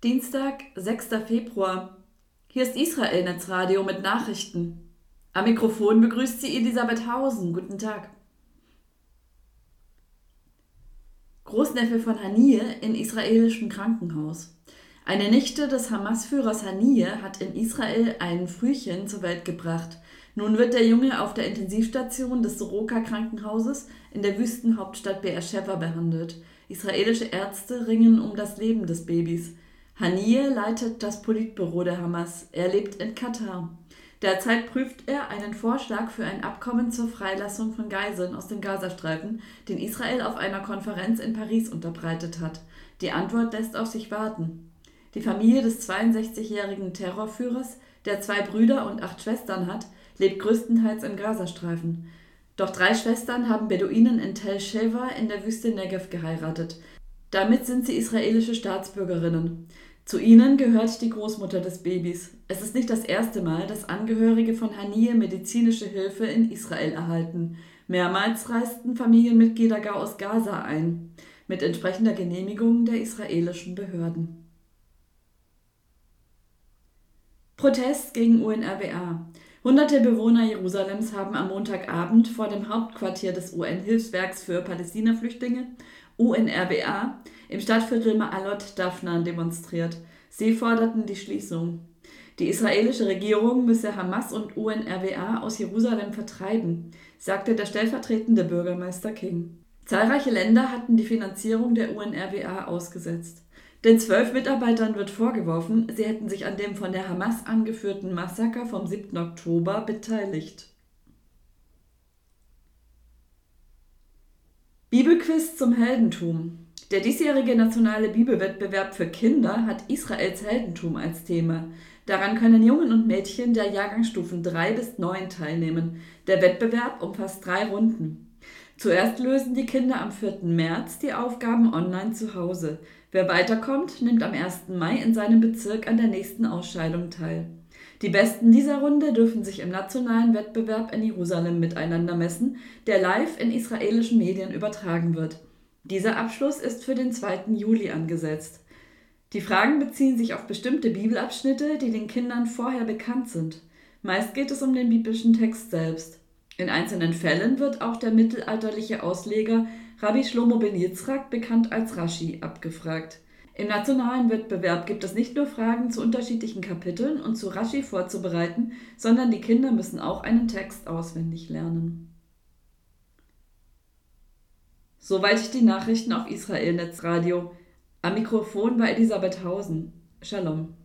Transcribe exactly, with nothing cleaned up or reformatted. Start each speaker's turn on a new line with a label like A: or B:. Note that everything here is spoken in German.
A: Dienstag, sechster Februar. Hier ist Israel Netzradio mit Nachrichten. Am Mikrofon begrüßt sie Elisabeth Hausen. Guten Tag. Großneffe von Haniyeh in israelischem Krankenhaus. Eine Nichte des Hamas-Führers Haniyeh hat in Israel ein Frühchen zur Welt gebracht. Nun wird der Junge auf der Intensivstation des Soroka-Krankenhauses in der Wüstenhauptstadt Beersheva behandelt. Israelische Ärzte ringen um das Leben des Babys. Haniyeh leitet das Politbüro der Hamas. Er lebt in Katar. Derzeit prüft er einen Vorschlag für ein Abkommen zur Freilassung von Geiseln aus dem Gazastreifen, den Israel auf einer Konferenz in Paris unterbreitet hat. Die Antwort lässt auf sich warten. Die Familie des zweiundsechzigjährigen Terrorführers, der zwei Brüder und acht Schwestern hat, lebt größtenteils im Gazastreifen. Doch drei Schwestern haben Beduinen in Tel Sheva in der Wüste Negev geheiratet. Damit sind sie israelische Staatsbürgerinnen. Zu ihnen gehört die Großmutter des Babys. Es ist nicht das erste Mal, dass Angehörige von Haniyeh medizinische Hilfe in Israel erhalten. Mehrmals reisten Familienmitglieder gar aus Gaza ein, mit entsprechender Genehmigung der israelischen Behörden. Protest gegen U N R W A. Hunderte Bewohner Jerusalems haben am Montagabend vor dem Hauptquartier des U N-Hilfswerks für Palästina-Flüchtlinge, U N R W A, im Stadtviertel Ma'alot Dafna demonstriert. Sie forderten die Schließung. Die israelische Regierung müsse Hamas und U N R W A aus Jerusalem vertreiben, sagte der stellvertretende Bürgermeister King. Zahlreiche Länder hatten die Finanzierung der U N R W A ausgesetzt. Den zwölf Mitarbeitern wird vorgeworfen, sie hätten sich an dem von der Hamas angeführten Massaker vom siebten Oktober beteiligt. Bibelquiz zum Heldentum. Der diesjährige nationale Bibelwettbewerb für Kinder hat Israels Heldentum als Thema. Daran können Jungen und Mädchen der Jahrgangsstufen drei bis neun teilnehmen. Der Wettbewerb umfasst drei Runden. Zuerst lösen die Kinder am vierten März die Aufgaben online zu Hause. Wer weiterkommt, nimmt am ersten Mai in seinem Bezirk an der nächsten Ausscheidung teil. Die Besten dieser Runde dürfen sich im nationalen Wettbewerb in Jerusalem miteinander messen, der live in israelischen Medien übertragen wird. Dieser Abschluss ist für den zweiten Juli angesetzt. Die Fragen beziehen sich auf bestimmte Bibelabschnitte, die den Kindern vorher bekannt sind. Meist geht es um den biblischen Text selbst. In einzelnen Fällen wird auch der mittelalterliche Ausleger Rabbi Shlomo ben Yitzrak, bekannt als Rashi, abgefragt. Im nationalen Wettbewerb gibt es nicht nur Fragen zu unterschiedlichen Kapiteln und zu Rashi vorzubereiten, sondern die Kinder müssen auch einen Text auswendig lernen. Soweit die Nachrichten auf Israel Netzradio. Am Mikrofon war Elisabeth Hausen. Shalom.